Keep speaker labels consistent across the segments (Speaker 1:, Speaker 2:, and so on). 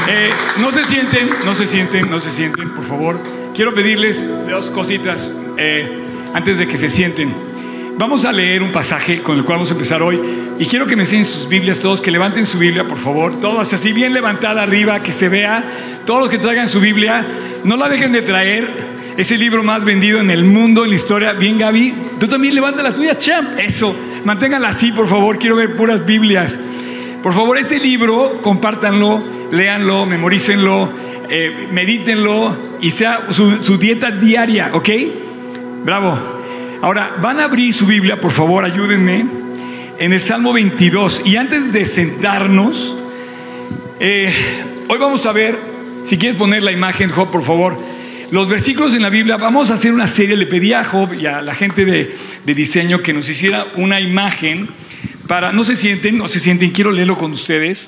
Speaker 1: No se sienten, por favor. Quiero pedirles dos cositas antes de que se sienten. Vamos a leer un pasaje con el cual vamos a empezar hoy. Y quiero que me enseñen sus Biblias todos, que levanten su Biblia, por favor. Todos así, bien levantada arriba, que se vea. Todos los que traigan su Biblia, no la dejen de traer. Es el libro más vendido en el mundo, en la historia. Bien, Gaby. Tú también levanta la tuya, champ. Eso. Manténganla así, por favor. Quiero ver puras Biblias. Por favor, este libro, compártanlo, léanlo, memorícenlo, medítenlo y sea su dieta diaria, ¿ok? Bravo. Ahora, van a abrir su Biblia, por favor, ayúdenme, en el Salmo 22. Y antes de sentarnos, hoy vamos a ver, si quieres poner la imagen, Job, por favor, los versículos en la Biblia. Vamos a hacer una serie. Le pedí a Job y a la gente de diseño que nos hiciera una imagen para, no se sienten, quiero leerlo con ustedes.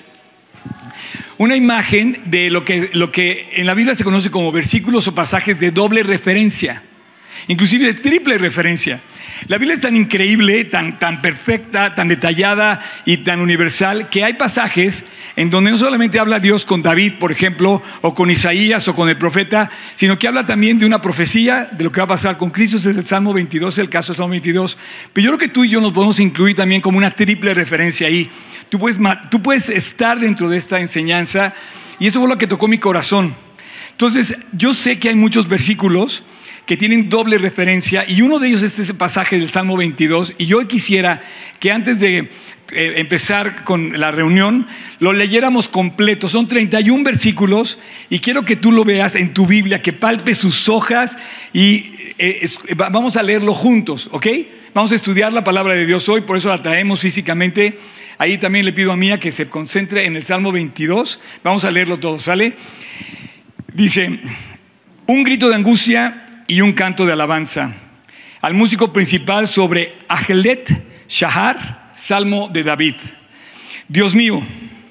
Speaker 1: Una imagen de lo que en la Biblia se conoce como versículos o pasajes de doble referencia, inclusive de triple referencia. La Biblia es tan increíble, tan perfecta, tan detallada y tan universal, que hay pasajes en donde no solamente habla Dios con David, por ejemplo, o con Isaías o con el profeta, sino que habla también de una profecía de lo que va a pasar con Cristo. Ese es el Salmo 22, el caso del Salmo 22. Pero yo creo que tú y yo nos podemos incluir también como una triple referencia ahí. Tú puedes estar dentro de esta enseñanza, y eso fue lo que tocó mi corazón. Entonces, yo sé que hay muchos versículos que tienen doble referencia, y uno de ellos es ese pasaje del Salmo 22. Y yo quisiera que antes de empezar con la reunión lo leyéramos completo. Son 31 versículos y quiero que tú lo veas en tu Biblia, que palpes sus hojas y vamos a leerlo juntos, ¿ok? Vamos a estudiar la palabra de Dios hoy, por eso la traemos físicamente. Ahí también le pido a Mía que se concentre en el Salmo 22. Vamos a leerlo todo, ¿sale? Dice: un grito de angustia y un canto de alabanza al músico principal sobre Ajelet Shahar, Salmo de David. Dios mío,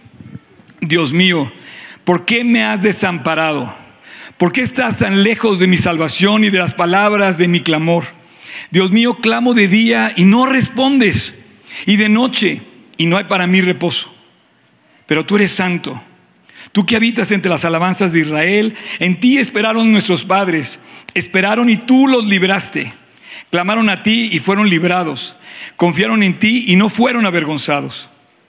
Speaker 1: ¿por qué me has desamparado? ¿Por qué estás tan lejos de mi salvación y de las palabras de mi clamor? Dios mío, clamo de día y no respondes, y de noche y no hay para mí reposo. Pero tú eres santo, tú que habitas entre las alabanzas de Israel. En ti esperaron nuestros padres, esperaron y tú los libraste. Clamaron a ti y fueron librados, confiaron en ti y no fueron avergonzados.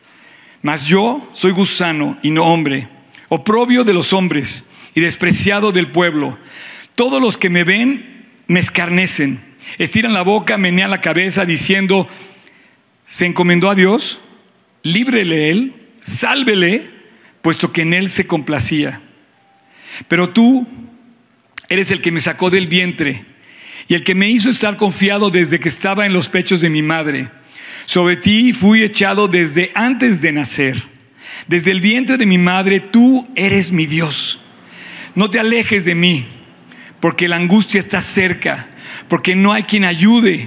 Speaker 1: Mas yo soy gusano y no hombre, oprobio de los hombres y despreciado del pueblo. Todos los que me ven me escarnecen, estiran la boca, menean la cabeza, diciendo: ¿se encomendó a Dios? Líbrele él, sálvele, puesto que en él se complacía. Pero tú eres el que me sacó del vientre y el que me hizo estar confiado desde que estaba en los pechos de mi madre. Sobre ti fui echado desde antes de nacer. Desde el vientre de mi madre tú eres mi Dios. No te alejes de mí, porque la angustia está cerca, porque no hay quien ayude.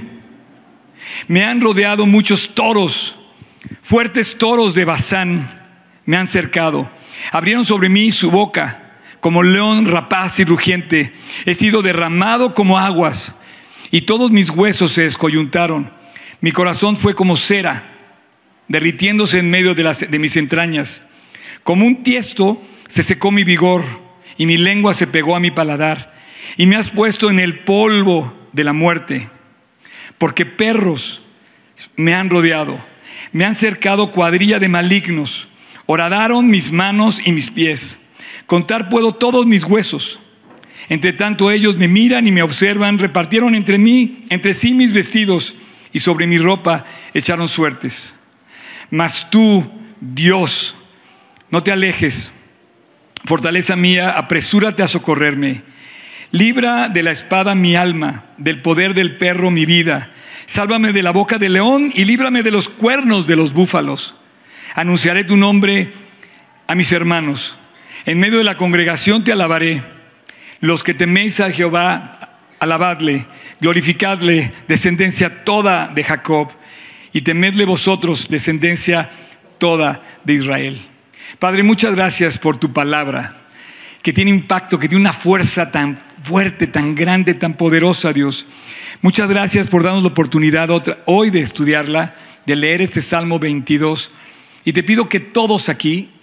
Speaker 1: Me han rodeado muchos toros, fuertes toros de Basán me han cercado. Abrieron sobre mí su boca como león rapaz y rugiente. He sido derramado como aguas y todos mis huesos se descoyuntaron. Mi corazón fue como cera, derritiéndose en medio de mis entrañas. Como un tiesto se secó mi vigor y mi lengua se pegó a mi paladar. Y me has puesto en el polvo de la muerte, porque perros me han rodeado, me han cercado cuadrilla de malignos. Horadaron mis manos y mis pies. Contar puedo todos mis huesos. Entre tanto ellos me miran y me observan. Repartieron entre sí mis vestidos, y sobre mi ropa echaron suertes. Mas tú, Dios, no te alejes. Fortaleza mía, apresúrate a socorrerme. Libra de la espada mi alma, del poder del perro mi vida. Sálvame de la boca del león y líbrame de los cuernos de los búfalos. Anunciaré tu nombre a mis hermanos. En medio de la congregación te alabaré. Los que teméis a Jehová, alabadle, glorificadle, descendencia toda de Jacob, y temedle vosotros, descendencia toda de Israel. Padre, muchas gracias por tu palabra, que tiene impacto, que tiene una fuerza tan fuerte, tan grande, tan poderosa, Dios. Muchas gracias por darnos la oportunidad hoy de estudiarla, de leer este Salmo 22. Y te pido que todos aquí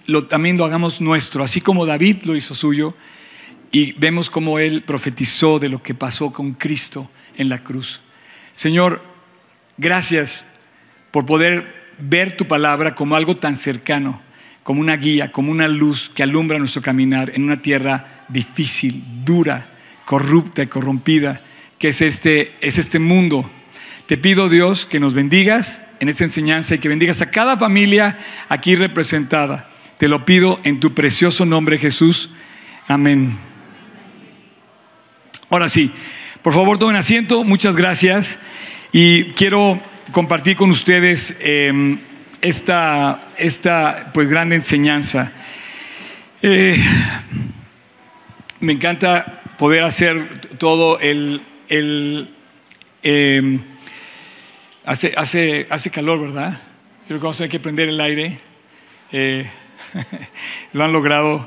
Speaker 1: también lo hagamos nuestro, así como David lo hizo suyo, y vemos cómo él profetizó de lo que pasó con Cristo en la cruz. Señor, gracias por poder ver tu palabra como algo tan cercano, como una guía, como una luz que alumbra nuestro caminar en una tierra difícil, dura, corrupta y corrompida, que es este mundo. Te pido, Dios, que nos bendigas en esta enseñanza y que bendigas a cada familia aquí representada. Te lo pido en tu precioso nombre, Jesús. Amén. Ahora sí, por favor tomen asiento, muchas gracias. Y quiero compartir con ustedes esta pues grande enseñanza. Me encanta poder hacer todo hace calor, ¿verdad? Creo que vamos a tener que prender el aire. Lo han logrado.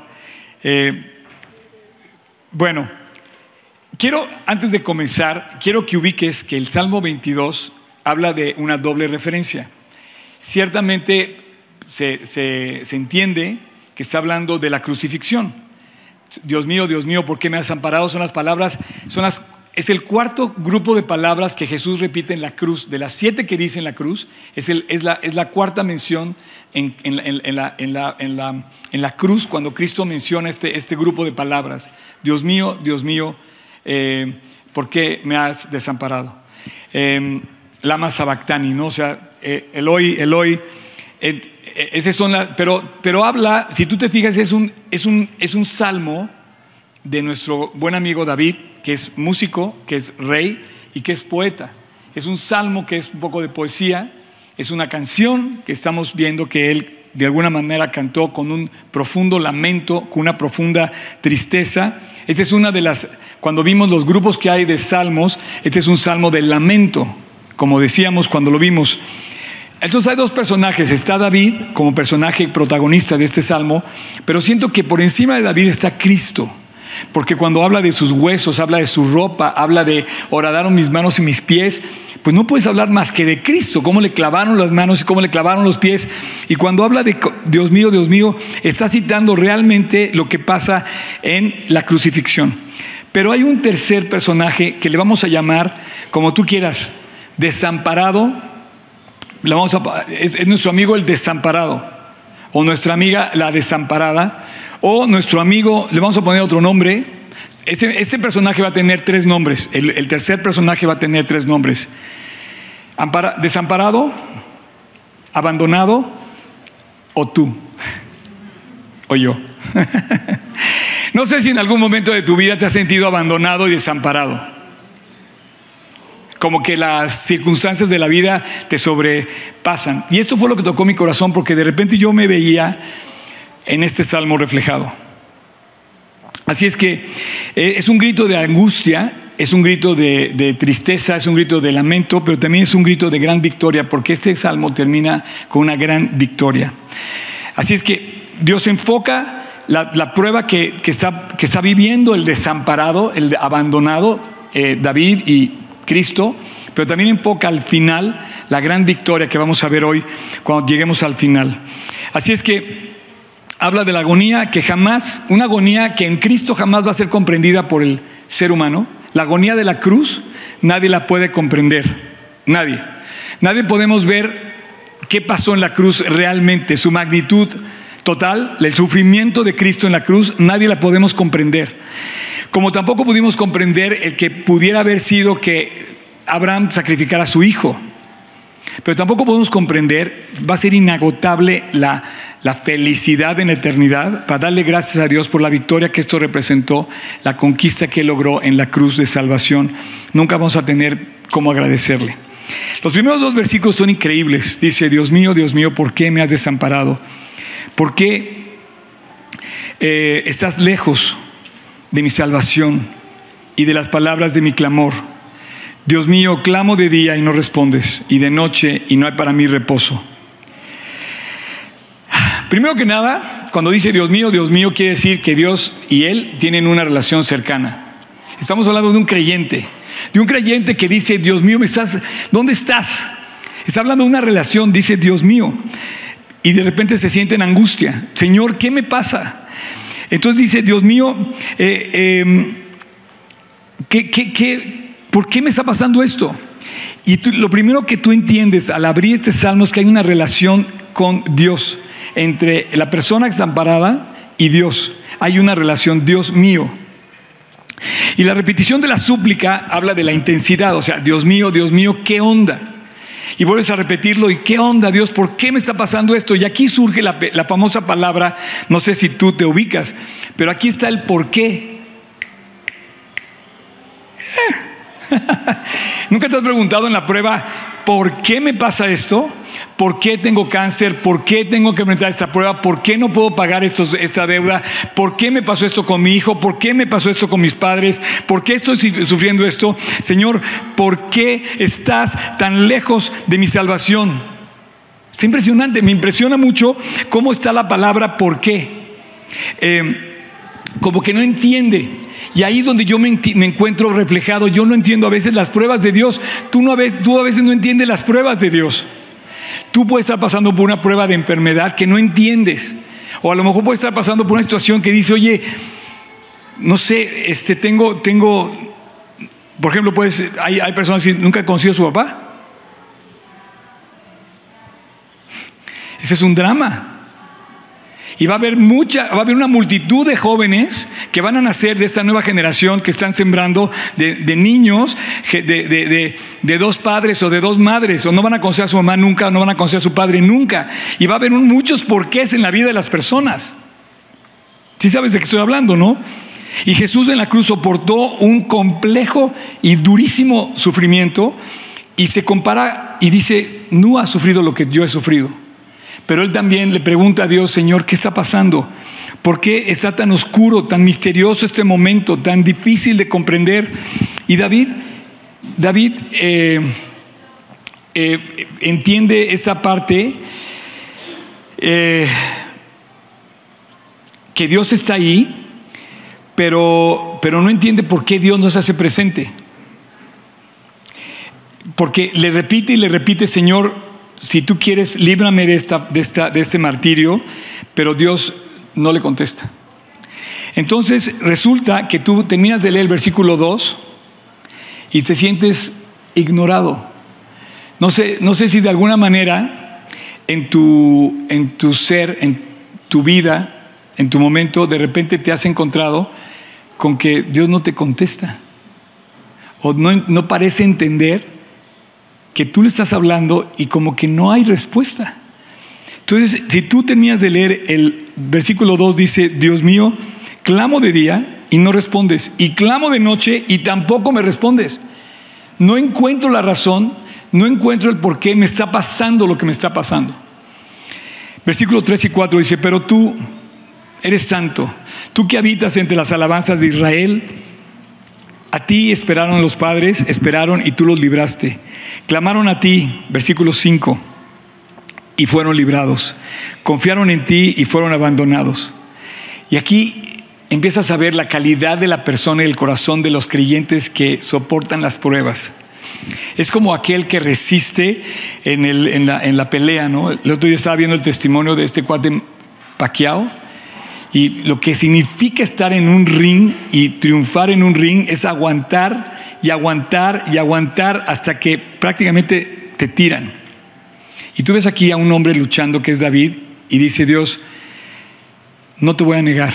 Speaker 1: Bueno, antes de comenzar, quiero que ubiques que el Salmo 22 habla de una doble referencia. Ciertamente se entiende que está hablando de la crucifixión. Dios mío, ¿por qué me has desamparado? Son las palabras, es el cuarto grupo de palabras que Jesús repite en la cruz. De las 7 que dice en la cruz, es la cuarta mención en la cruz, cuando Cristo menciona este grupo de palabras. Dios mío, ¿por qué me has desamparado? Lama sabactani, ¿no? O sea, Eloi, pero habla, si tú te fijas, es un salmo de nuestro buen amigo David, que es músico, que es rey y que es poeta. Es un salmo que es un poco de poesía, es una canción que estamos viendo que él de alguna manera cantó con un profundo lamento, con una profunda tristeza. Esta es una de las, cuando vimos los grupos que hay de salmos, este es un salmo de lamento, como decíamos cuando lo vimos. Entonces hay dos personajes, está David como personaje protagonista de este salmo, pero siento que por encima de David está Cristo, porque cuando habla de sus huesos, habla de su ropa, habla de horadaron mis manos y mis pies, pues no puedes hablar más que de Cristo, cómo le clavaron las manos y cómo le clavaron los pies. Y cuando habla de Dios mío, está citando realmente lo que pasa en la crucifixión. Pero hay un tercer personaje que le vamos a llamar, como tú quieras, desamparado. Es nuestro amigo el desamparado, o nuestra amiga la desamparada, o nuestro amigo, le vamos a poner otro nombre. Este personaje va a tener 3 nombres. El tercer personaje va a tener 3 nombres: desamparado, abandonado, o tú, o yo. No sé si en algún momento de tu vida te has sentido abandonado y desamparado, como que las circunstancias de la vida te sobrepasan. Y esto fue lo que tocó mi corazón, porque de repente yo me veía en este salmo reflejado. Así es que es un grito de angustia, es un grito de tristeza, es un grito de lamento, pero también es un grito de gran victoria, porque este salmo termina con una gran victoria. Así es que Dios enfoca la prueba que está viviendo el desamparado, el abandonado, David y Cristo, pero también enfoca al final la gran victoria que vamos a ver hoy cuando lleguemos al final. Así es que habla de la agonía una agonía que en Cristo jamás va a ser comprendida por el ser humano. La agonía de la cruz nadie la puede comprender, nadie podemos ver qué pasó en la cruz realmente, su magnitud total, el sufrimiento de Cristo en la cruz, nadie la podemos comprender. Como tampoco pudimos comprender el que pudiera haber sido que Abraham sacrificara a su hijo. Pero tampoco podemos comprender, va a ser inagotable la felicidad en la eternidad, para darle gracias a Dios por la victoria que esto representó, la conquista que logró en la cruz de salvación. Nunca vamos a tener cómo agradecerle. Los primeros 2 versículos son increíbles. Dice: Dios mío, ¿por qué me has desamparado? ¿Por qué estás lejos de mi salvación y de las palabras de mi clamor? Dios mío, clamo de día y no respondes, y de noche y no hay para mí reposo. Primero que nada, cuando dice Dios mío, quiere decir que Dios y Él tienen una relación cercana. Estamos hablando de un creyente que dice: Dios mío, ¿dónde estás? Está hablando de una relación, dice Dios mío. y de repente se siente en angustia. Señor, ¿qué me pasa? Entonces dice, Dios mío, ¿por qué me está pasando esto? Y lo primero que tú entiendes al abrir este salmo es que hay una relación con Dios, entre la persona desamparada y Dios. Hay una relación, Dios mío. Y la repetición de la súplica habla de la intensidad, o sea, Dios mío, ¿qué onda? Y vuelves a repetirlo, ¿y qué onda, Dios? ¿Por qué me está pasando esto? Y aquí surge la famosa palabra, no sé si tú te ubicas, pero aquí está el por qué. ¿Nunca te has preguntado en la prueba, ¿por qué me pasa esto? ¿Por qué tengo cáncer? ¿Por qué tengo que enfrentar esta prueba? ¿Por qué no puedo pagar esta deuda? ¿Por qué me pasó esto con mi hijo? ¿Por qué me pasó esto con mis padres? ¿Por qué estoy sufriendo esto? Señor, ¿por qué estás tan lejos de mi salvación? Está impresionante, me impresiona mucho cómo está la palabra ¿por qué? Como que no entiende. Y ahí es donde yo me encuentro reflejado. Yo no entiendo a veces las pruebas de Dios. Tú a veces no entiendes las pruebas de Dios. Tú puedes estar pasando por una prueba de enfermedad que no entiendes. O a lo mejor puedes estar pasando por una situación que dice, oye, no sé, tengo, por ejemplo, hay personas que nunca han conocido a su papá. Ese es un drama. Y va a haber una multitud de jóvenes que van a nacer de esta nueva generación que están sembrando de niños de dos padres o de dos madres, o no van a conocer a su mamá nunca, o no van a conocer a su padre nunca. Y va a haber muchos porqués en la vida de las personas. ¿Sí sabes de qué estoy hablando, no? Y Jesús en la cruz soportó un complejo y durísimo sufrimiento y se compara y dice, no ha sufrido lo que yo he sufrido. Pero él también le pregunta a Dios, Señor, ¿qué está pasando? ¿Por qué está tan oscuro, tan misterioso este momento, tan difícil de comprender? Y David entiende esa parte, que Dios está ahí, pero no entiende por qué Dios no se hace presente. Porque le repite y le repite, Señor, si tú quieres, líbrame de este martirio, pero Dios no le contesta. Entonces resulta que tú terminas de leer el versículo 2 y te sientes ignorado. No sé si de alguna manera en tu ser, en tu vida, en tu momento, de repente te has encontrado con que Dios no te contesta o no parece entender que tú le estás hablando y como que no hay respuesta. Entonces, si tú terminas de leer el versículo 2, dice, Dios mío, clamo de día y no respondes, y clamo de noche y tampoco me respondes. No encuentro la razón, no encuentro el por qué me está pasando lo que me está pasando. Versículo 3 y 4 dice, pero tú eres santo, tú que habitas entre las alabanzas de Israel. A ti esperaron los padres, esperaron y tú los libraste. Clamaron a ti, versículo 5, y fueron librados. Confiaron en ti y fueron abandonados. Y aquí empiezas a ver la calidad de la persona y el corazón de los creyentes que soportan las pruebas. Es como aquel que resiste en la pelea, ¿no? El otro día estaba viendo el testimonio de este cuate Pacquiao. Y lo que significa estar en un ring y triunfar en un ring es aguantar y aguantar y aguantar hasta que prácticamente te tiran. Y tú ves aquí a un hombre luchando que es David y dice, Dios, no te voy a negar.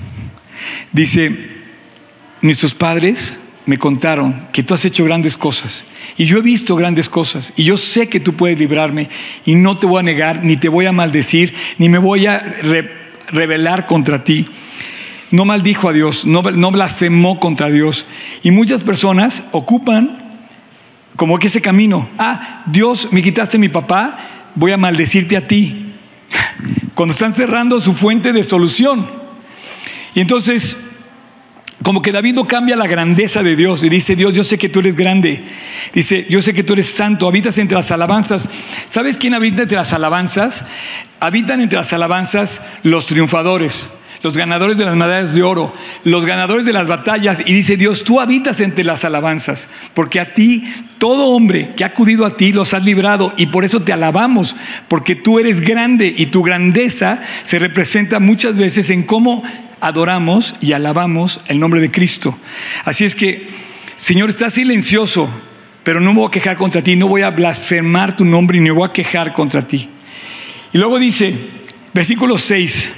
Speaker 1: Dice, nuestros padres me contaron que tú has hecho grandes cosas y yo he visto grandes cosas y yo sé que tú puedes librarme y no te voy a negar, ni te voy a maldecir, ni me voy a rebelar contra ti. No maldijo a Dios, no blasfemó contra Dios. Y muchas personas ocupan como que ese camino. Dios, me quitaste mi papá, voy a maldecirte a ti. Cuando están cerrando su fuente de solución. Y entonces, como que David no cambia la grandeza de Dios y dice, Dios, yo sé que tú eres grande. Dice, yo sé que tú eres santo, habitas entre las alabanzas. ¿Sabes quién habita entre las alabanzas? Habitan entre las alabanzas los triunfadores, los ganadores de las medallas de oro, los ganadores de las batallas, y dice Dios, tú habitas entre las alabanzas, porque a ti, todo hombre que ha acudido a ti, los has librado, y por eso te alabamos, porque tú eres grande, y tu grandeza se representa muchas veces en cómo adoramos y alabamos el nombre de Cristo. Así es que, Señor, estás silencioso, pero no me voy a quejar contra ti, no voy a blasfemar tu nombre y no voy a quejar contra ti. Y luego dice, versículo 6,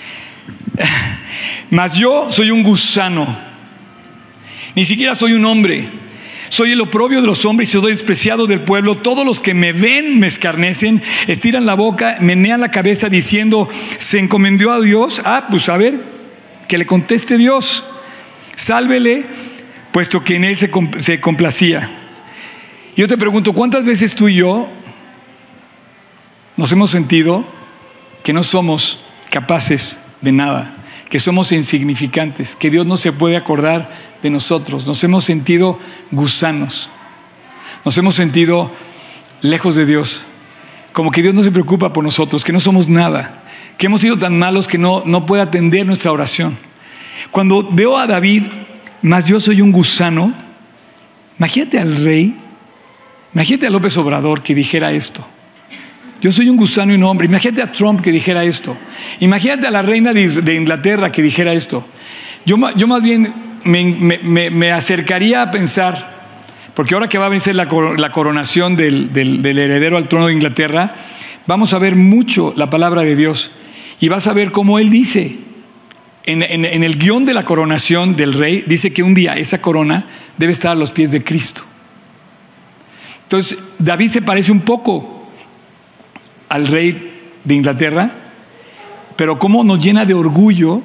Speaker 1: mas yo soy un gusano, ni siquiera soy un hombre, soy el oprobio de los hombres y soy despreciado del pueblo. Todos los que me ven me escarnecen, estiran la boca, menean la cabeza diciendo, ¿se encomendó a Dios? Pues a ver, que le conteste Dios, sálvele, puesto que en él se complacía. Y yo te pregunto, ¿cuántas veces tú y yo nos hemos sentido que no somos capaces de nada, que somos insignificantes, que Dios no se puede acordar de nosotros? Nos hemos sentido gusanos, nos hemos sentido lejos de Dios, como que Dios no se preocupa por nosotros, que no somos nada, que hemos sido tan malos que no puede atender nuestra oración. Cuando veo a David, mas yo soy un gusano, imagínate al rey, imagínate a López Obrador que dijera esto. Yo soy un gusano y no hombre. Imagínate a Trump que dijera esto. Imagínate a la reina de Inglaterra que dijera esto. Yo más bien me acercaría a pensar, porque ahora que va a venir la coronación del heredero al trono de Inglaterra, vamos a ver mucho la palabra de Dios. Y vas a ver cómo él dice, en el guión de la coronación del rey, dice que un día esa corona debe estar a los pies de Cristo. Entonces, David se parece un poco al rey de Inglaterra, pero cómo nos llena de orgullo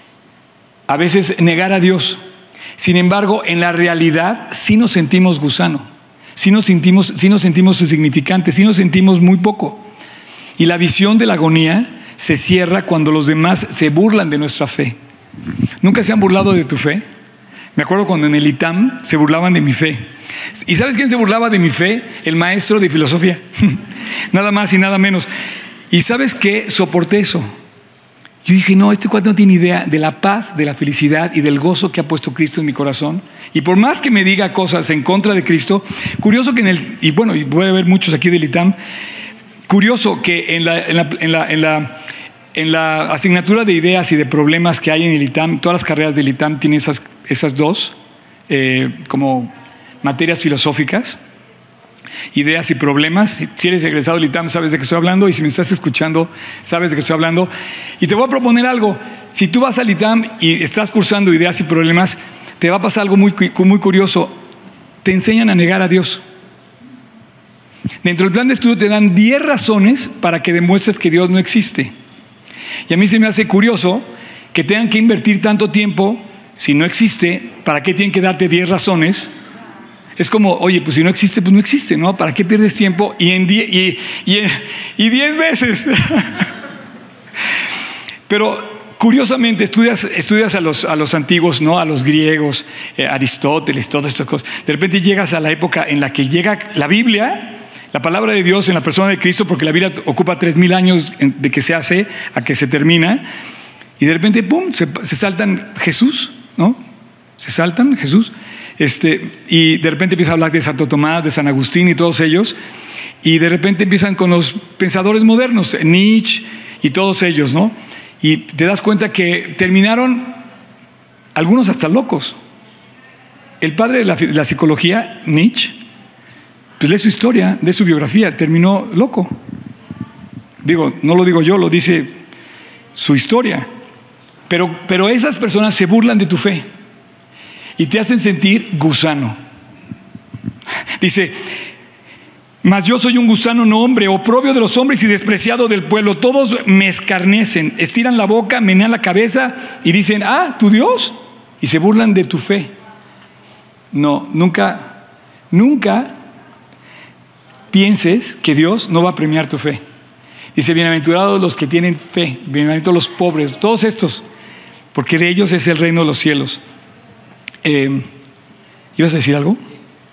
Speaker 1: a veces negar a Dios. Sin embargo, en la realidad sí nos sentimos gusano, sí nos sentimos insignificantes, sí nos sentimos muy poco. Y la visión de la agonía se cierra cuando los demás se burlan de nuestra fe. ¿Nunca se han burlado de tu fe? Me acuerdo cuando en el ITAM se burlaban de mi fe. ¿Y sabes quién se burlaba de mi fe? El maestro de filosofía. Nada más y nada menos. ¿Y sabes qué? Soporté eso. Yo dije, no, este cuate no tiene idea de la paz, de la felicidad y del gozo que ha puesto Cristo en mi corazón. Y por más que me diga cosas en contra de Cristo, curioso que y puede haber muchos aquí del ITAM, curioso que en la asignatura de ideas y de problemas que hay en el ITAM, todas las carreras del ITAM tienen esas dos como materias filosóficas, ideas y problemas. Si eres egresado del ITAM sabes de qué estoy hablando, y si me estás escuchando sabes de qué estoy hablando. Y te voy a proponer algo. Si tú vas al ITAM y estás cursando ideas y problemas, te va a pasar algo muy curioso. Te enseñan a negar a Dios. Dentro del plan de estudio te dan 10 razones para que demuestres que Dios no existe. Y a mí se me hace curioso que tengan que invertir tanto tiempo. Si no existe, ¿para qué tienen que darte 10 razones? Es como, oye, pues si no existe, pues no existe, ¿no? ¿Para qué pierdes tiempo? Y 10 veces. Pero curiosamente estudias a los antiguos, ¿no? A los griegos, Aristóteles, todas estas cosas. De repente llegas a la época en la que llega la Biblia, la palabra de Dios en la persona de Cristo, porque la Biblia ocupa 3,000 años de que se hace a que se termina. Y de repente, ¡pum!, se saltan Jesús, ¿no? Se saltan Jesús. Y de repente empieza a hablar de Santo Tomás, de San Agustín y todos ellos. Y de repente empiezan con los pensadores modernos, Nietzsche y todos ellos, ¿no? Y te das cuenta que terminaron algunos hasta locos. El padre de la psicología, Nietzsche, pues lee su historia, de su biografía, terminó loco. No lo digo yo, lo dice su historia. Pero esas personas se burlan de tu fe y te hacen sentir gusano. Dice, mas yo soy un gusano, no hombre, oprobio de los hombres y despreciado del pueblo. Todos me escarnecen, estiran la boca, menean la cabeza y dicen, ¿tu Dios? Y se burlan de tu fe. No, nunca pienses que Dios no va a premiar tu fe. Dice, bienaventurados los que tienen fe, bienaventurados los pobres, todos estos, porque de ellos es el reino de los cielos. ¿Ibas a decir algo?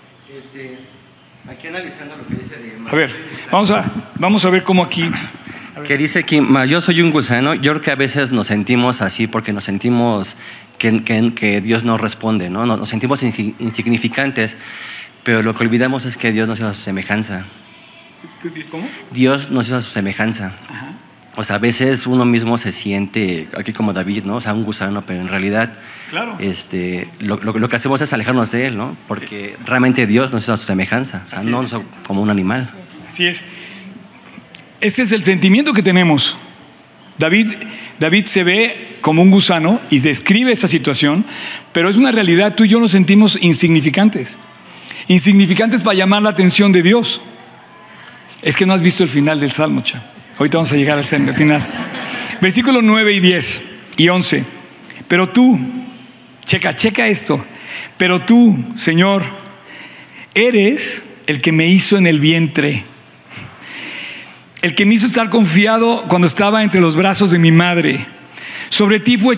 Speaker 2: Aquí analizando lo que dice de...
Speaker 1: A ver, vamos a ver cómo aquí...
Speaker 2: Que dice aquí, yo soy un gusano. Yo creo que a veces nos sentimos así porque nos sentimos que Dios no responde, ¿no? Nos sentimos insignificantes, pero lo que olvidamos es que Dios nos hizo a su semejanza.
Speaker 1: ¿Cómo?
Speaker 2: Dios nos hizo a su semejanza.
Speaker 1: Ajá.
Speaker 2: O sea, a veces uno mismo se siente, aquí como David, ¿no? O sea, un gusano, pero en realidad
Speaker 1: Claro.
Speaker 2: lo que hacemos es alejarnos de él, ¿no? Porque realmente Dios nos hizo a su semejanza, o sea, no como un animal.
Speaker 1: Así es. Ese es el sentimiento que tenemos. David se ve como un gusano y describe esa situación, pero es una realidad. Tú y yo nos sentimos insignificantes. Insignificantes para llamar la atención de Dios. Es que no has visto el final del Salmo, cha. Ahorita vamos a llegar al final. Versículos 9 y 10 y 11. Pero tú, checa esto. Pero tú, Señor, eres el que me hizo en el vientre. El que me hizo estar confiado cuando estaba entre los brazos de mi madre. Sobre ti fui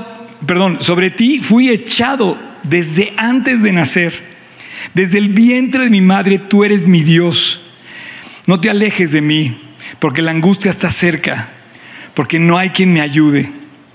Speaker 1: echado desde antes de nacer. Desde el vientre de mi madre tú eres mi Dios. No te alejes de mí, porque la angustia está cerca, porque no hay quien me ayude.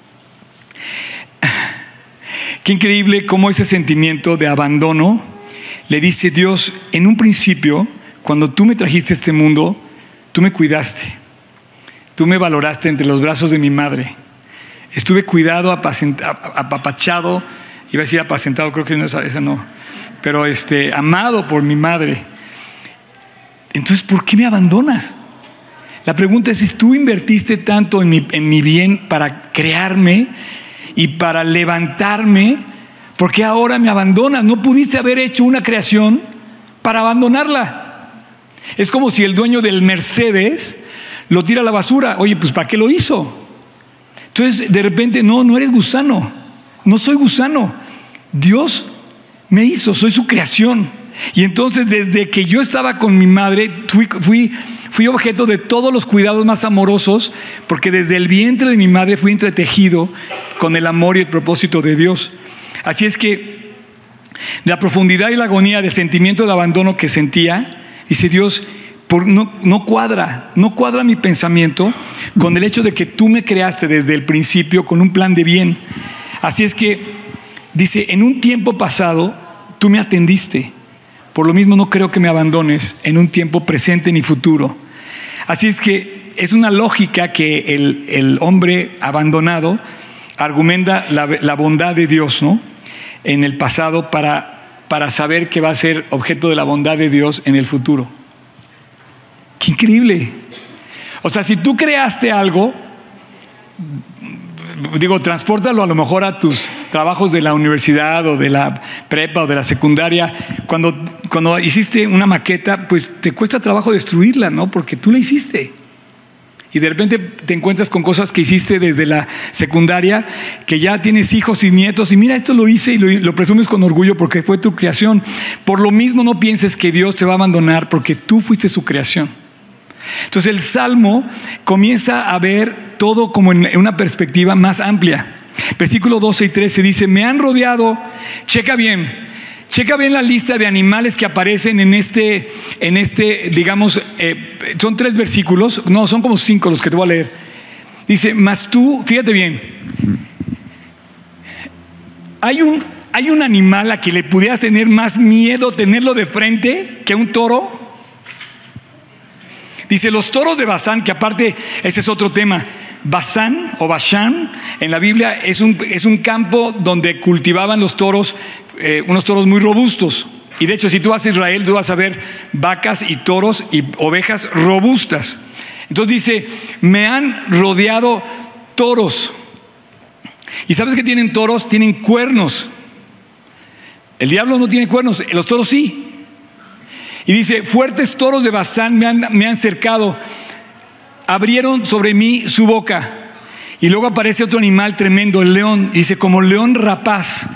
Speaker 1: Qué increíble cómo ese sentimiento de abandono le dice Dios: en un principio, cuando tú me trajiste a este mundo, tú me cuidaste, tú me valoraste entre los brazos de mi madre. Estuve cuidado, apapachado, iba a decir apacentado, creo que no, esa no, pero amado por mi madre. Entonces, ¿por qué me abandonas? La pregunta es: si tú invertiste tanto en mi bien para crearme y para levantarme, ¿por qué ahora me abandonas? No pudiste haber hecho una creación para abandonarla. Es como si el dueño del Mercedes lo tira a la basura. Oye, pues ¿para qué lo hizo? Entonces, de repente, no eres gusano. No soy gusano. Dios me hizo, soy su creación. Y entonces, desde que yo estaba con mi madre, fui objeto de todos los cuidados más amorosos, porque desde el vientre de mi madre fui entretejido con el amor y el propósito de Dios. Así es que, de la profundidad y la agonía del sentimiento de abandono que sentía, dice Dios: no cuadra mi pensamiento con el hecho de que tú me creaste desde el principio con un plan de bien. Así es que, dice, en un tiempo pasado tú me atendiste. Por lo mismo no creo que me abandones en un tiempo presente ni futuro. Así es que es una lógica que el hombre abandonado argumenta la bondad de Dios, ¿no?, en el pasado para saber que va a ser objeto de la bondad de Dios en el futuro. ¡Qué increíble! O sea, si tú creaste algo, transpórtalo a lo mejor a tus trabajos de la universidad o de la prepa o de la secundaria. Cuando hiciste una maqueta, pues te cuesta trabajo destruirla, ¿no? Porque tú la hiciste. Y de repente te encuentras con cosas que hiciste desde la secundaria, que ya tienes hijos y nietos, y mira, esto lo hice, y lo presumes con orgullo porque fue tu creación. Por lo mismo, no pienses que Dios te va a abandonar, porque tú fuiste su creación. Entonces el Salmo comienza a ver todo como en una perspectiva más amplia. Versículo 12 y 13 dice: me han rodeado. Checa bien la lista de animales que aparecen en este digamos, son 3 versículos, no, son como 5 los que te voy a leer. Dice: mas tú, fíjate bien, hay un animal a que le pudieras tener más miedo tenerlo de frente que un toro. Dice: los toros de Basán, que aparte ese es otro tema. Basán o Bashán en la Biblia es un campo donde cultivaban los toros, unos toros muy robustos. Y de hecho, si tú vas a Israel, tú vas a ver vacas y toros y ovejas robustas. Entonces dice: me han rodeado toros. ¿Y sabes qué tienen toros? Tienen cuernos. El diablo no tiene cuernos, los toros sí. Y dice: fuertes toros de Basán me han cercado, abrieron sobre mí su boca. Y luego aparece otro animal tremendo, el león. Y dice: como león rapaz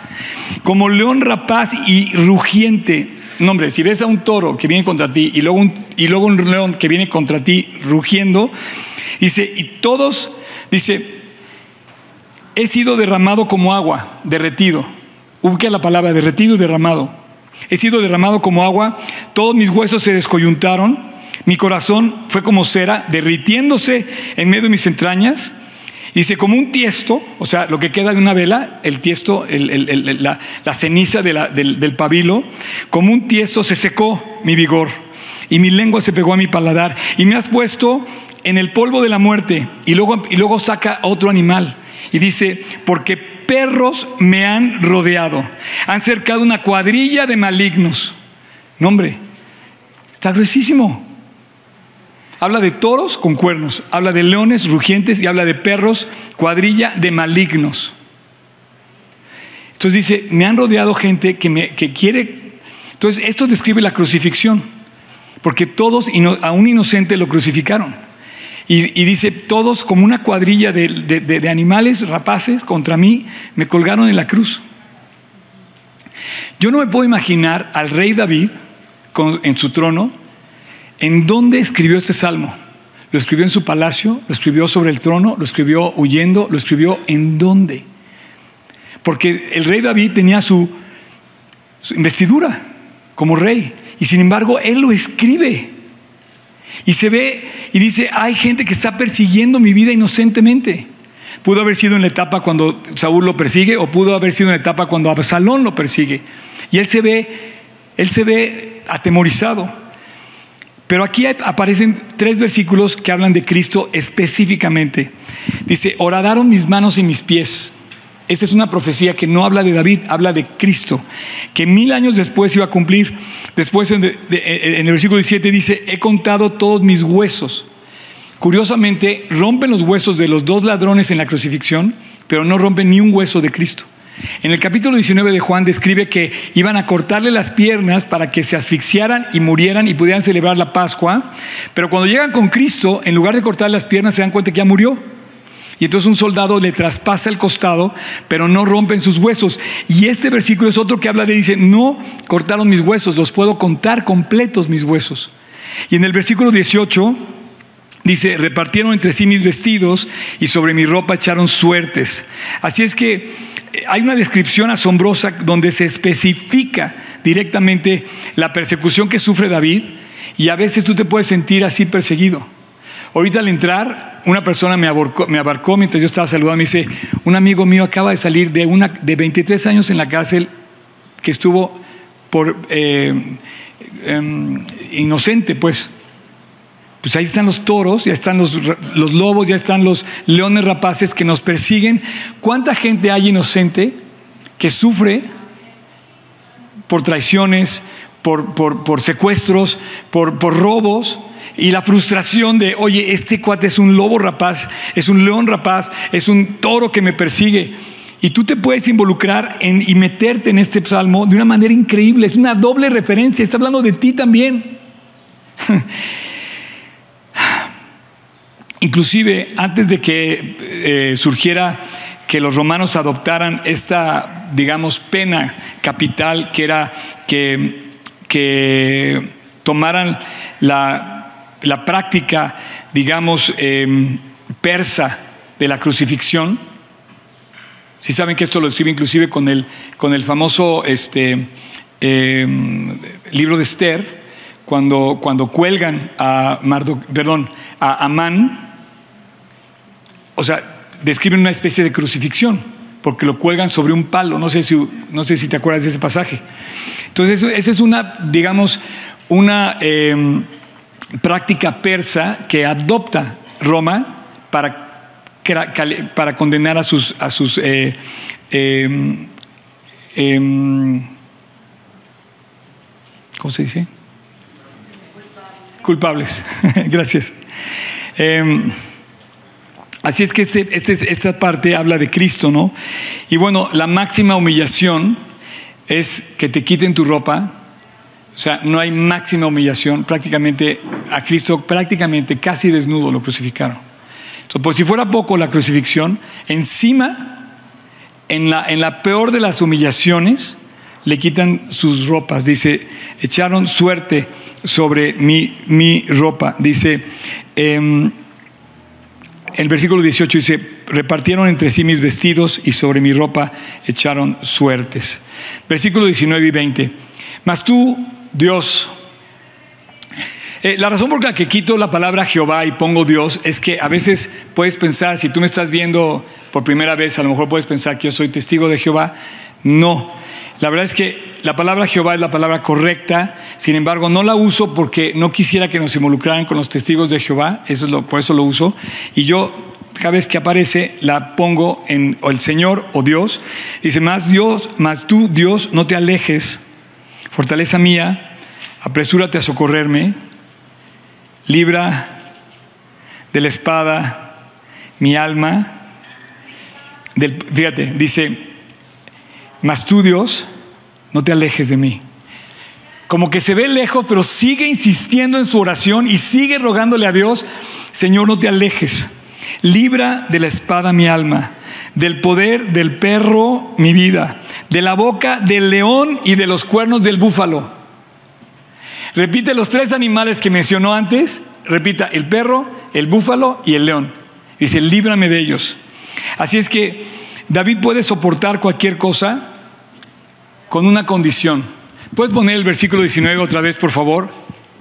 Speaker 1: y rugiente. No, hombre, si ves a un toro que viene contra ti y luego un león que viene contra ti rugiendo, dice, y todos, dice, he sido derramado como agua, derretido. Ubica la palabra derretido y derramado. He sido derramado como agua, todos mis huesos se descoyuntaron, mi corazón fue como cera, derritiéndose en medio de mis entrañas. Dice, como un tiesto, o sea, lo que queda de una vela, el tiesto, la ceniza del pabilo, como un tiesto se secó mi vigor y mi lengua se pegó a mi paladar. Y me has puesto en el polvo de la muerte. Y luego saca otro animal y dice, porque perros me han rodeado, han cercado una cuadrilla de malignos. No, hombre, está gruesísimo. Habla de toros con cuernos, habla de leones rugientes y habla de perros, cuadrilla de malignos. Entonces dice, me han rodeado gente que quiere. Entonces esto describe la crucifixión, porque todos, a un inocente lo crucificaron. Y dice, todos como una cuadrilla de animales rapaces contra mí me colgaron en la cruz. Yo no me puedo imaginar al rey David en su trono. ¿En dónde escribió este salmo? ¿Lo escribió en su palacio? ¿Lo escribió sobre el trono? ¿Lo escribió huyendo? ¿Lo escribió en dónde? Porque el rey David tenía su investidura como rey, y sin embargo él lo escribe y se ve y dice, hay gente que está persiguiendo mi vida inocentemente. Pudo haber sido en la etapa cuando Saúl lo persigue, o pudo haber sido en la etapa cuando Absalón lo persigue, y él se ve atemorizado. Pero aquí aparecen 3 versículos que hablan de Cristo específicamente. Dice, horadaron mis manos y mis pies. Esta es una profecía que no habla de David, habla de Cristo, que 1000 años después iba a cumplir. Después en el versículo 17 dice, he contado todos mis huesos. Curiosamente, rompen los huesos de los 2 ladrones en la crucifixión, pero no rompen ni un hueso de Cristo. En el capítulo 19 de Juan describe que iban a cortarle las piernas para que se asfixiaran y murieran y pudieran celebrar la Pascua. Pero cuando llegan con Cristo, en lugar de cortarle las piernas, se dan cuenta que ya murió. Y entonces un soldado le traspasa el costado, pero no rompen sus huesos. Y este versículo es otro que habla dice, no cortaron mis huesos, los puedo contar completos mis huesos. Y en el versículo 18 dice, repartieron entre sí mis vestidos y sobre mi ropa echaron suertes. Así es que hay una descripción asombrosa donde se especifica directamente la persecución que sufre David, y a veces tú te puedes sentir así perseguido. Ahorita al entrar, una persona me abarcó mientras yo estaba saludando. Me dice, un amigo mío acaba de salir de 23 años en la cárcel, que estuvo por inocente, pues ahí están los toros, ya están los lobos, ya están los leones rapaces que nos persiguen. ¿Cuánta gente hay inocente que sufre por traiciones, por secuestros, por robos? Y la frustración de, oye, este cuate es un lobo rapaz, es un león rapaz, es un toro que me persigue. Y tú te puedes involucrar y meterte en este salmo de una manera increíble. Es una doble referencia, está hablando de ti también. Inclusive antes de que surgiera que los romanos adoptaran esta, digamos, pena capital, que era que tomaran la práctica, digamos, persa de la crucifixión. Si saben que esto lo escribe inclusive con el famoso libro de Esther, cuando cuelgan a Amán. O sea, describen una especie de crucifixión porque lo cuelgan sobre un palo. No sé si te acuerdas de ese pasaje. Entonces, esa es una práctica persa que adopta Roma para condenar a sus ¿cómo se dice? Culpables. Gracias. Así es que esta parte habla de Cristo, ¿no? Y bueno, la máxima humillación es que te quiten tu ropa. O sea, no hay máxima humillación. Prácticamente a Cristo, casi desnudo lo crucificaron. Entonces, por si fuera poco la crucifixión, encima, en la peor de las humillaciones, le quitan sus ropas. Dice, echaron suerte sobre mi ropa. Dice, el versículo 18 dice, repartieron entre sí mis vestidos y sobre mi ropa echaron suertes. Versículo 19 y 20. Mas tú, Dios, La razón por la que quito la palabra Jehová y pongo Dios es que a veces puedes pensar, si tú me estás viendo por primera vez, a lo mejor puedes pensar que yo soy testigo de Jehová. No, la verdad es que la palabra Jehová es la palabra correcta. Sin embargo, no la uso porque no quisiera que nos involucraran con los testigos de Jehová. Por eso lo uso. Y yo, cada vez que aparece, la pongo en o el Señor o Dios. Dice, más tú, Dios, no te alejes. Fortaleza mía, apresúrate a socorrerme. Libra de la espada mi alma. Fíjate, dice, mas tú, Dios, no te alejes de mí. Como que se ve lejos, pero sigue insistiendo en su oración y sigue rogándole a Dios, Señor, no te alejes. Libra de la espada mi alma, del poder del perro mi vida, de la boca del león y de los cuernos del búfalo. Repite los 3 animales que mencionó antes. Repita, el perro, el búfalo y el león. Dice, líbrame de ellos. Así es que David puede soportar cualquier cosa con una condición. ¿Puedes poner el versículo 19 otra vez, por favor?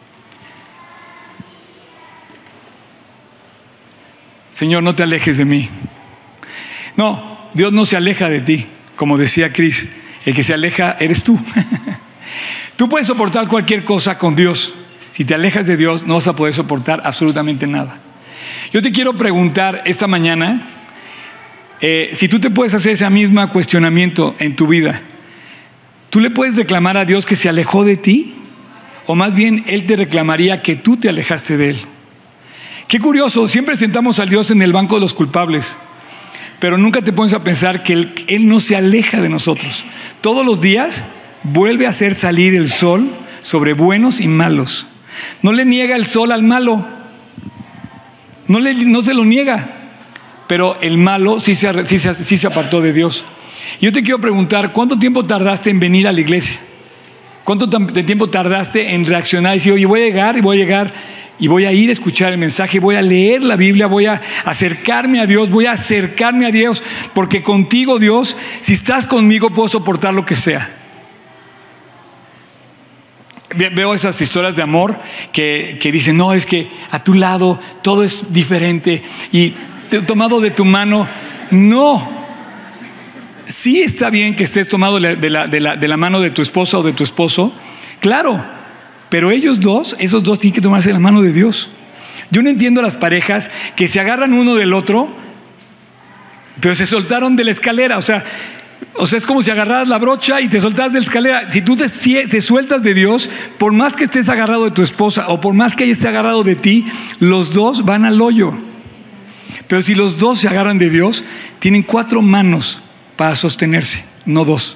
Speaker 1: Señor, no te alejes de mí. No, Dios no se aleja de ti. Como decía Chris, el que se aleja eres tú. Tú puedes soportar cualquier cosa con Dios. Si te alejas de Dios, no vas a poder soportar absolutamente nada. Yo te quiero preguntar esta mañana, si tú te puedes hacer ese mismo cuestionamiento en tu vida. ¿Tú le puedes reclamar a Dios que se alejó de ti? O más bien, Él te reclamaría que tú te alejaste de Él. Qué curioso, siempre sentamos a Dios en el banco de los culpables, pero nunca te pones a pensar que Él no se aleja de nosotros. Todos los días vuelve a hacer salir el sol sobre buenos y malos. No le niega el sol al malo, no se lo niega, pero el malo sí se apartó de Dios. Yo te quiero preguntar, ¿cuánto tiempo tardaste en venir a la iglesia? ¿Cuánto tiempo tardaste en reaccionar y decir, oye, voy a llegar y voy a ir a escuchar el mensaje, voy a leer la Biblia, voy a acercarme a Dios, porque contigo, Dios, si estás conmigo, puedo soportar lo que sea? Veo esas historias de amor que dicen, no, es que a tu lado todo es diferente y tomado de tu mano. No. Sí está bien que estés tomado de la mano de tu esposa o de tu esposo, claro, pero esos dos tienen que tomarse la mano de Dios. Yo no entiendo a las parejas que se agarran uno del otro, pero se soltaron de la escalera. O sea, es como si agarraras la brocha y te soltaras de la escalera. Si tú te sueltas de Dios, por más que estés agarrado de tu esposa o por más que ella esté agarrado de ti, los dos van al hoyo. Pero si los dos se agarran de Dios, tienen 4 manos para sostenerse, no 2.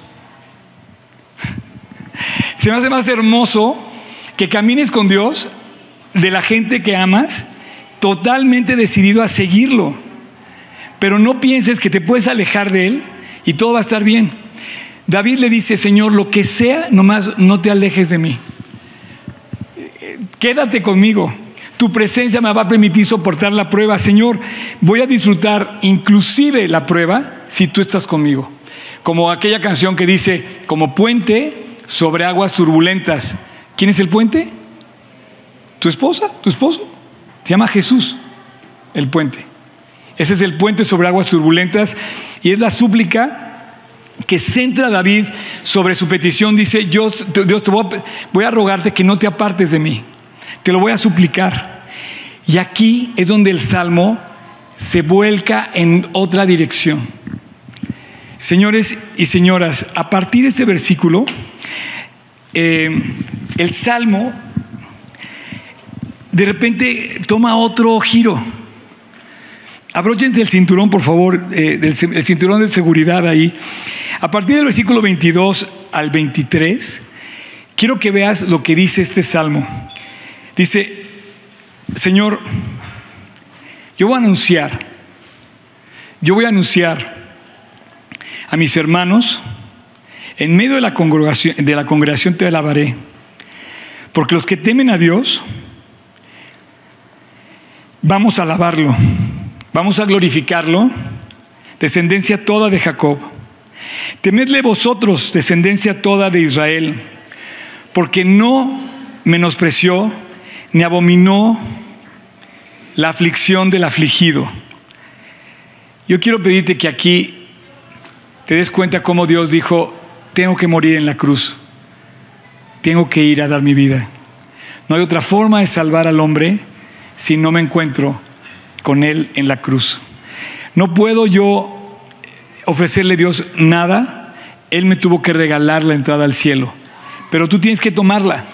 Speaker 1: Se me hace más hermoso que camines con Dios, de la gente que amas, totalmente decidido a seguirlo. Pero no pienses que te puedes alejar de Él y todo va a estar bien. David le dice, Señor, lo que sea, nomás no te alejes de mí. Quédate conmigo. Tu presencia me va a permitir soportar la prueba. Señor, voy a disfrutar inclusive la prueba si tú estás conmigo. Como aquella canción que dice, como puente sobre aguas turbulentas. ¿Quién es el puente? ¿Tu esposa? ¿Tu esposo? Se llama Jesús, el puente. Ese es el puente sobre aguas turbulentas y es la súplica que centra David sobre su petición. Dice, Dios, voy a rogarte que no te apartes de mí. Te lo voy a suplicar. Y aquí es donde el Salmo se vuelca en otra dirección. Señores y señoras, a partir de este versículo, el Salmo de repente toma otro giro. Abróchense el cinturón, por favor, el cinturón de seguridad ahí. A partir del versículo 22 al 23, quiero que veas lo que dice este Salmo. Dice, Señor, yo voy a anunciar a mis hermanos, en medio de la congregación te alabaré, porque los que temen a Dios, vamos a alabarlo, vamos a glorificarlo, descendencia toda de Jacob. Temedle vosotros, descendencia toda de Israel, porque no menospreció ni abominó la aflicción del afligido. Yo quiero pedirte que aquí te des cuenta cómo Dios dijo: tengo que morir en la cruz, tengo que ir a dar mi vida. No hay otra forma de salvar al hombre si no me encuentro con Él en la cruz. No puedo yo ofrecerle a Dios nada. Él me tuvo que regalar la entrada al cielo, pero tú tienes que tomarla.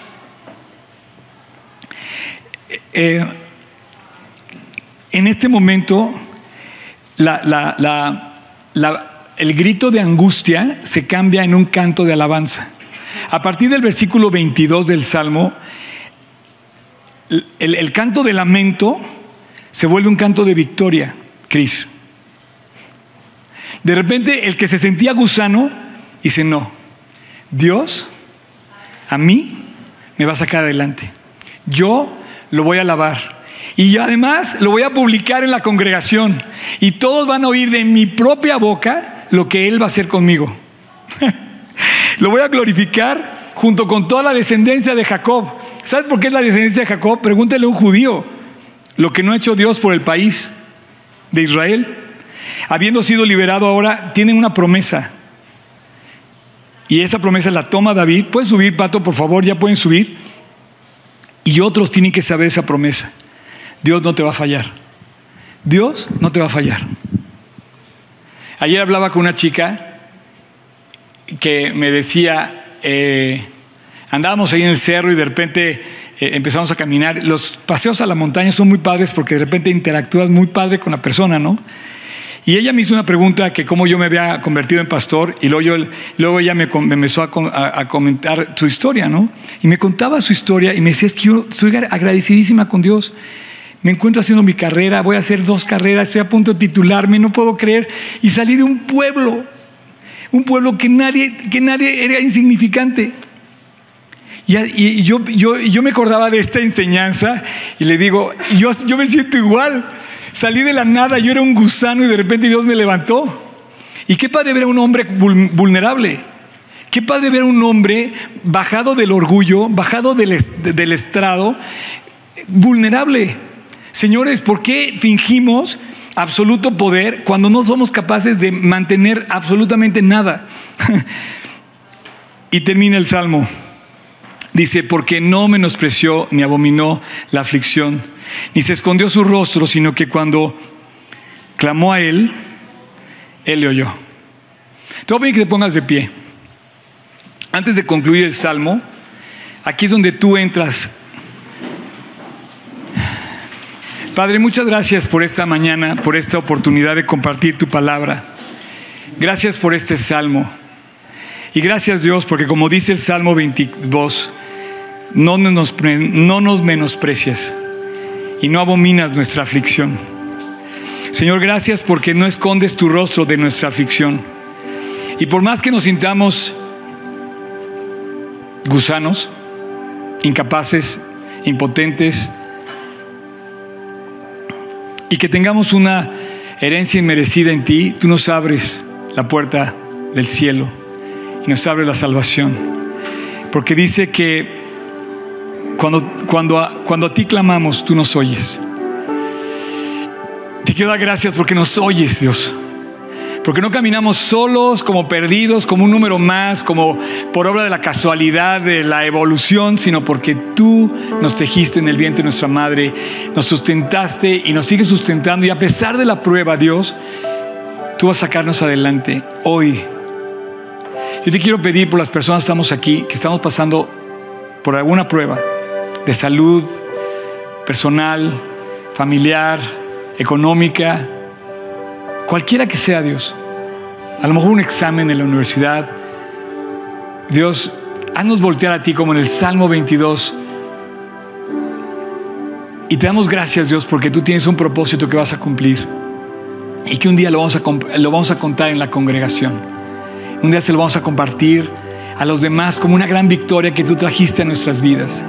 Speaker 1: En este momento el grito de angustia se cambia en un canto de alabanza. A partir del versículo 22 del Salmo, el canto de lamento se vuelve un canto de victoria, Cris. De repente el que se sentía gusano dice: no, Dios a mí me va a sacar adelante. Yo lo voy a alabar. Y además lo voy a publicar en la congregación. Y todos van a oír de mi propia boca lo que Él va a hacer conmigo. Lo voy a glorificar junto con toda la descendencia de Jacob. ¿Sabes por qué es la descendencia de Jacob? Pregúntale a un judío lo que no ha hecho Dios por el país de Israel. Habiendo sido liberado ahora, tienen una promesa. Y esa promesa la toma David. ¿Pueden subir, Pato, por favor? Ya pueden subir. Y otros tienen que saber esa promesa. Dios no te va a fallar. Dios no te va a fallar. Ayer hablaba con una chica que me decía, andábamos ahí en el cerro y de repente empezamos a caminar. Los paseos a la montaña son muy padres porque de repente interactúas muy padre con la persona, ¿no? Y ella me hizo una pregunta que cómo yo me había convertido en pastor, y luego ella me empezó a comentar su historia, ¿no? Y me contaba su historia y me decía: es que yo soy agradecidísima con Dios. Me encuentro haciendo mi carrera, voy a hacer 2 carreras, estoy a punto de titularme, no puedo creer. Y salí de un pueblo que nadie era insignificante. Y yo me acordaba de esta enseñanza y le digo: yo me siento igual. Salí de la nada, yo era un gusano y de repente Dios me levantó. Y qué padre ver a un hombre vulnerable. Qué padre ver a un hombre bajado del orgullo, bajado del estrado, vulnerable. Señores, ¿por qué fingimos absoluto poder cuando no somos capaces de mantener absolutamente nada? Y termina el Salmo. Dice: porque no menospreció ni abominó la aflicción, ni se escondió su rostro, sino que cuando clamó a Él, Él le oyó. Te voy a pedir que te pongas de pie. Antes de concluir el Salmo, aquí es donde tú entras. Padre, muchas gracias por esta mañana, por esta oportunidad de compartir tu palabra. Gracias por este Salmo. Y gracias, Dios, porque como dice el Salmo 22, no nos menosprecias y no abominas nuestra aflicción. Señor, gracias porque no escondes tu rostro de nuestra aflicción. Y por más que nos sintamos gusanos, incapaces, impotentes, y que tengamos una herencia inmerecida en ti, tú nos abres la puerta del cielo y nos abres la salvación. Porque dice que cuando a ti clamamos, tú nos oyes. Te quiero dar gracias porque nos oyes, Dios. Porque no caminamos solos, como perdidos, como un número más, como por obra de la casualidad, de la evolución, sino porque tú nos tejiste en el vientre de nuestra madre, nos sustentaste y nos sigues sustentando. Y a pesar de la prueba, Dios, tú vas a sacarnos adelante hoy. Yo te quiero pedir por las personas que estamos aquí, que estamos pasando por alguna prueba de salud, personal, familiar, económica, cualquiera que sea, Dios. A lo mejor un examen en la universidad. Dios, haznos voltear a ti como en el Salmo 22. Y te damos gracias, Dios, porque tú tienes un propósito que vas a cumplir. Y que un día lo vamos a contar en la congregación. Un día se lo vamos a compartir a los demás como una gran victoria que tú trajiste a nuestras vidas.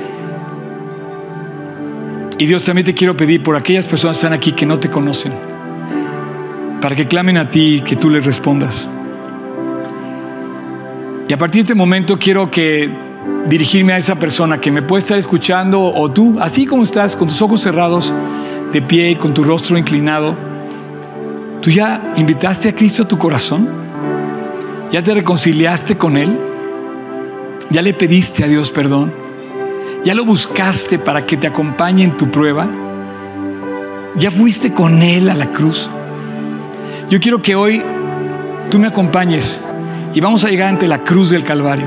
Speaker 1: Y Dios, también te quiero pedir por aquellas personas que están aquí que no te conocen, para que clamen a ti y que tú les respondas. Y a partir de este momento quiero que dirigirme a esa persona que me puede estar escuchando, o tú, así como estás, con tus ojos cerrados, de pie y con tu rostro inclinado. ¿Tú ya invitaste a Cristo a tu corazón? ¿Ya te reconciliaste con Él? ¿Ya le pediste a Dios perdón? ¿Ya lo buscaste para que te acompañe en tu prueba? ¿Ya fuiste con Él a la cruz? Yo quiero que hoy tú me acompañes y vamos a llegar ante la cruz del Calvario.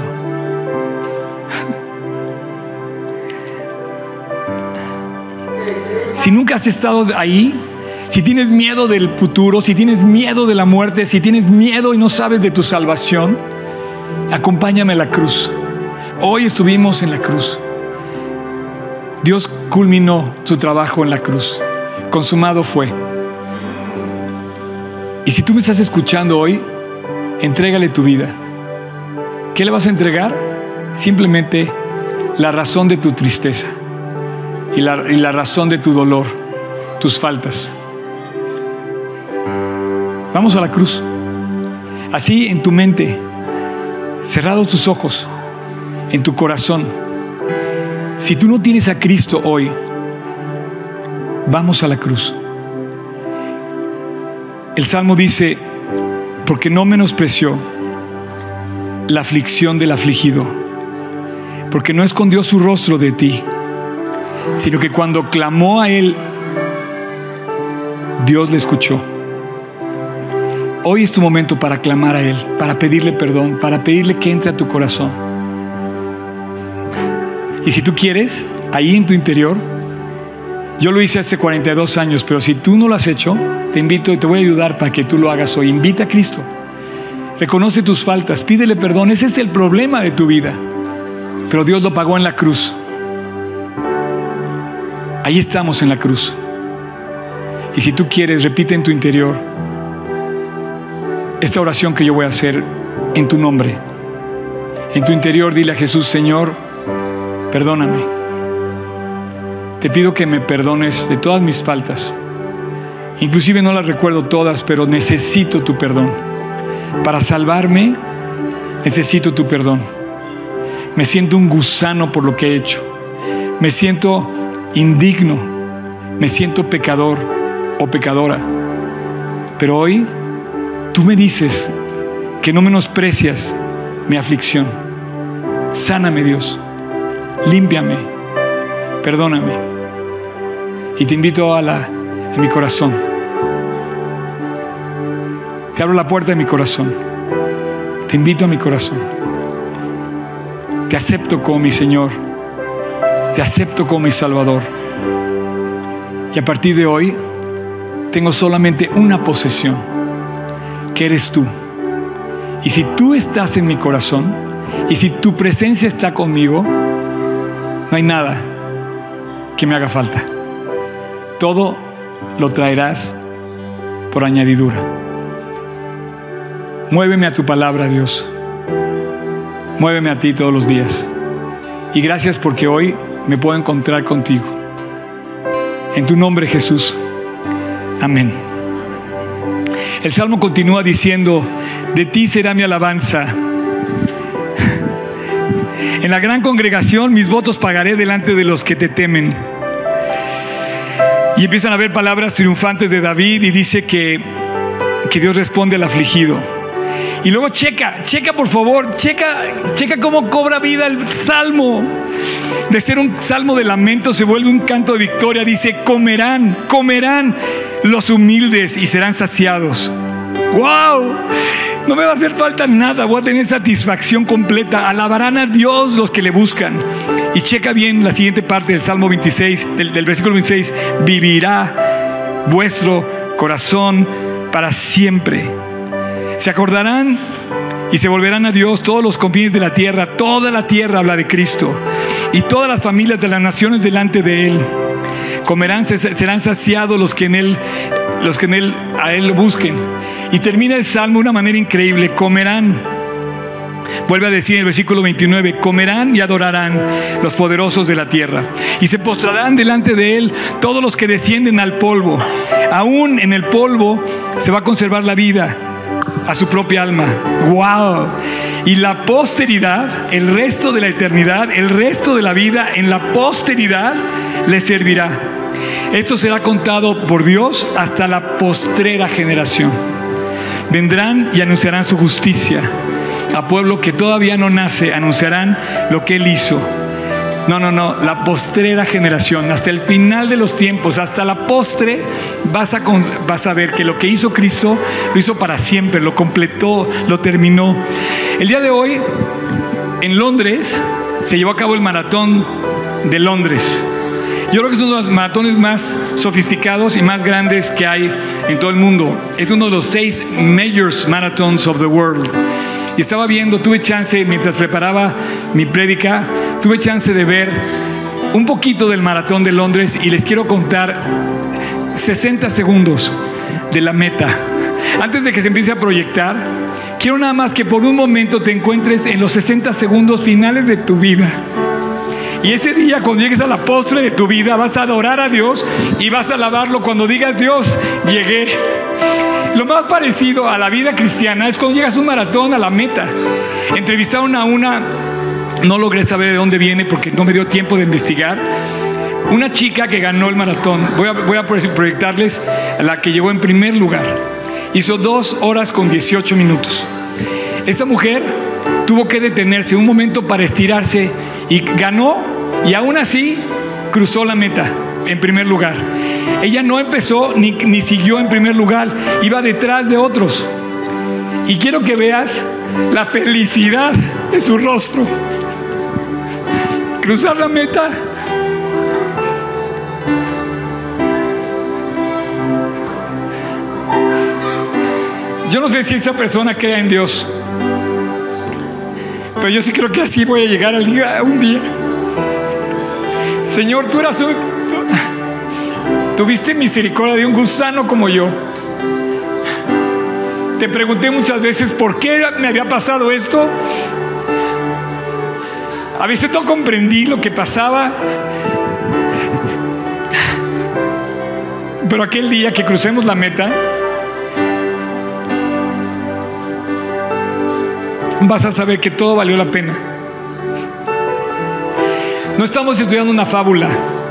Speaker 1: Si nunca has estado ahí, si tienes miedo del futuro, si tienes miedo de la muerte, si tienes miedo y no sabes de tu salvación, acompáñame a la cruz. Hoy estuvimos en la cruz. Dios culminó su trabajo en la cruz. Consumado fue. Y si tú me estás escuchando hoy, entrégale tu vida. ¿Qué le vas a entregar? Simplemente la razón de tu tristeza y la razón de tu dolor, tus faltas. Vamos a la cruz. Así en tu mente, cerrados tus ojos, en tu corazón. Si tú no tienes a Cristo hoy, vamos a la cruz. El Salmo dice: porque no menospreció la aflicción del afligido, porque no escondió su rostro de ti, sino que cuando clamó a Él, Dios le escuchó. Hoy es tu momento para clamar a Él, para pedirle perdón, para pedirle que entre a tu corazón. Y si tú quieres, ahí en tu interior, yo lo hice hace 42 años, pero si tú no lo has hecho, te invito y te voy a ayudar para que tú lo hagas hoy. Invita a Cristo. Reconoce tus faltas, pídele perdón. Ese es el problema de tu vida, pero Dios lo pagó en la cruz. Ahí estamos en la cruz. Y si tú quieres, repite en tu interior esta oración que yo voy a hacer en tu nombre. En tu interior dile a Jesús: Señor, perdóname. Te pido que me perdones de todas mis faltas. Inclusive no las recuerdo todas, pero necesito tu perdón. Para salvarme, necesito tu perdón. Me siento un gusano por lo que he hecho. Me siento indigno. Me siento pecador o pecadora. Pero hoy tú me dices que no menosprecias mi aflicción. Sáname, Dios. Límpiame. Perdóname. Y te invito a mi corazón. Te abro la puerta de mi corazón. Te invito a mi corazón. Te acepto como mi Señor. Te acepto como mi Salvador. Y a partir de hoy tengo solamente una posesión, que eres tú. Y si tú estás en mi corazón, y si tu presencia está conmigo, no hay nada que me haga falta. Todo lo traerás por añadidura. Muéveme a tu palabra, Dios. Muéveme a ti todos los días. Y gracias porque hoy me puedo encontrar contigo. En tu nombre, Jesús. Amén. El Salmo continúa diciendo: de ti será mi alabanza. En la gran congregación mis votos pagaré delante de los que te temen. Y empiezan a ver palabras triunfantes de David, y dice que Dios responde al afligido. Y luego checa por favor, checa cómo cobra vida el salmo. De ser un salmo de lamento se vuelve un canto de victoria. Dice: comerán los humildes y serán saciados. ¡Wow! No me va a hacer falta nada, voy a tener satisfacción completa. Alabarán a Dios los que le buscan. Y checa bien la siguiente parte del Salmo 26, del versículo 26. Vivirá vuestro corazón para siempre. Se acordarán y se volverán a Dios todos los confines de la tierra. Toda la tierra habla de Cristo, y todas las familias de las naciones delante de Él. Comerán, serán saciados los que a Él lo busquen. Y termina el Salmo de una manera increíble. Comerán. Vuelve a decir en el versículo 29: comerán y adorarán los poderosos de la tierra, y se postrarán delante de Él todos los que descienden al polvo. Aún en el polvo se va a conservar la vida a su propia alma. ¡Wow! y la posteridad, el resto de la eternidad, el resto de la vida en la posteridad le servirá. Esto será contado por Dios hasta la postrera generación. Vendrán y anunciarán su justicia. A pueblo que todavía no nace, anunciarán lo que Él hizo. No, la postrera generación, hasta el final de los tiempos, hasta la postre, vas a ver que lo que hizo Cristo, lo hizo para siempre, lo completó, lo terminó. El día de hoy, en Londres, se llevó a cabo el maratón de Londres. Yo creo que es uno de los maratones más sofisticados y más grandes que hay en todo el mundo. Es uno de los 6 major marathons of the world. Y estaba viendo, tuve chance, mientras preparaba mi prédica, tuve chance de ver un poquito del maratón de Londres y les quiero contar 60 segundos de la meta. Antes de que se empiece a proyectar, quiero nada más que por un momento te encuentres en los 60 segundos finales de tu vida. Y ese día, cuando llegues a la postre de tu vida, vas a adorar a Dios y vas a alabarlo cuando digas: Dios, llegué. Lo más parecido a la vida cristiana es cuando llegas a un maratón, a la meta. Entrevistaron a una, no logré saber de dónde viene porque no me dio tiempo de investigar, una chica que ganó el maratón. Voy a proyectarles a la que llegó en primer lugar. Hizo 2 horas con 18 minutos. Esa mujer tuvo que detenerse un momento para estirarse y ganó, y aún así cruzó la meta en primer lugar. Ella no empezó ni siguió en primer lugar, iba detrás de otros. Y quiero que veas la felicidad de su rostro. Cruzar la meta. Yo no sé si esa persona crea en Dios, pero yo sí creo que así voy a llegar un día. Señor, tuviste misericordia de un gusano como yo. Te pregunté muchas veces por qué me había pasado esto. A veces no comprendí lo que pasaba, pero aquel día que crucemos la meta, vas a saber que todo valió la pena. No estamos estudiando una fábula,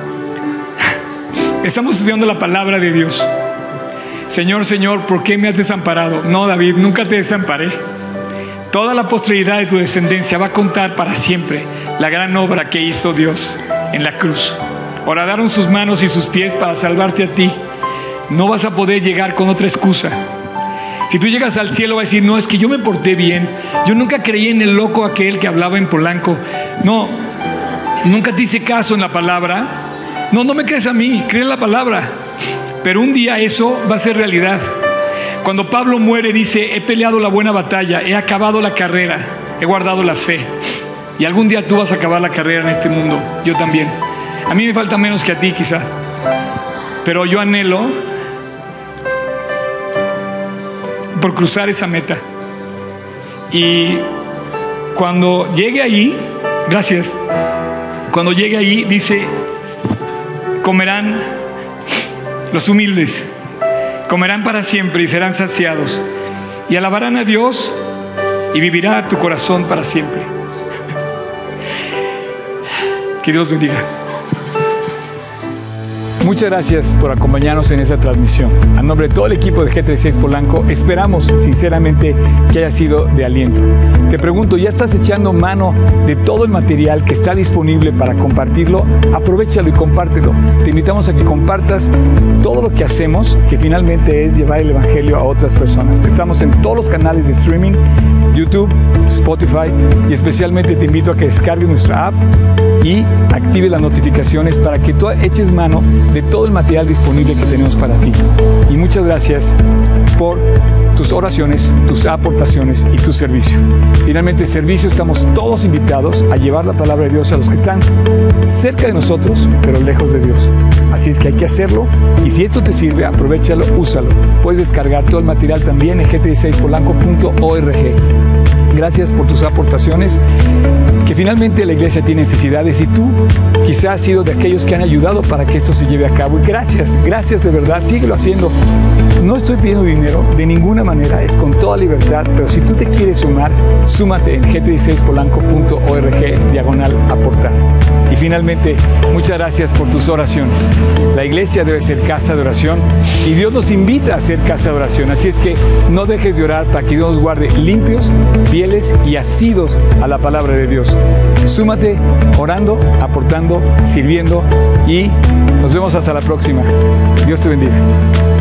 Speaker 1: estamos estudiando la palabra de Dios. Señor, Señor, ¿por qué me has desamparado? No, David, nunca te desamparé. Toda la posteridad de tu descendencia va a contar para siempre la gran obra que hizo Dios en la cruz. Horadaron sus manos y sus pies para salvarte a ti. No vas a poder llegar con otra excusa. Si tú llegas al cielo, vas a decir: no, es que yo me porté bien, yo nunca creí en el loco aquel que hablaba en Polanco. No, nunca te hice caso en la palabra. No me crees a mí, cree en la palabra. Pero un día eso va a ser realidad. Cuando Pablo muere, dice: he peleado la buena batalla, he acabado la carrera, he guardado la fe. Y algún día tú vas a acabar la carrera en este mundo, yo también. A mí me falta menos que a ti quizá, pero yo anhelo por cruzar esa meta. Y cuando llegue ahí, gracias, cuando llegue ahí, dice: comerán los humildes, comerán para siempre y serán saciados, y alabarán a Dios, y vivirá tu corazón para siempre. Que Dios bendiga. Muchas gracias por acompañarnos en esta transmisión. A nombre de todo el equipo de G36 Polanco, esperamos sinceramente que haya sido de aliento. Te pregunto, ¿ya estás echando mano de todo el material que está disponible para compartirlo? Aprovéchalo y compártelo. Te invitamos a que compartas todo lo que hacemos, que finalmente es llevar el Evangelio a otras personas. Estamos en todos los canales de streaming, YouTube, Spotify, y especialmente te invito a que descargues nuestra app y active las notificaciones para que tú eches mano de todo el material disponible que tenemos para ti. Y muchas gracias por tus oraciones, tus aportaciones y tu servicio. Finalmente, servicio, estamos todos invitados a llevar la palabra de Dios a los que están cerca de nosotros, pero lejos de Dios. Así es que hay que hacerlo, y si esto te sirve, aprovéchalo, úsalo. Puedes descargar todo el material también en g36polanco.org. Gracias por tus aportaciones, que finalmente la iglesia tiene necesidades y tú quizás has sido de aquellos que han ayudado para que esto se lleve a cabo. Y gracias de verdad, síguelo haciendo. No estoy pidiendo dinero de ninguna manera, es con toda libertad, pero si tú te quieres sumar, súmate en gt16polanco.org/aportar. Y finalmente, muchas gracias por tus oraciones. La iglesia debe ser casa de oración y Dios nos invita a ser casa de oración. Así es que no dejes de orar para que Dios nos guarde limpios, fieles y asidos a la palabra de Dios. Súmate orando, aportando, sirviendo y nos vemos hasta la próxima. Dios te bendiga.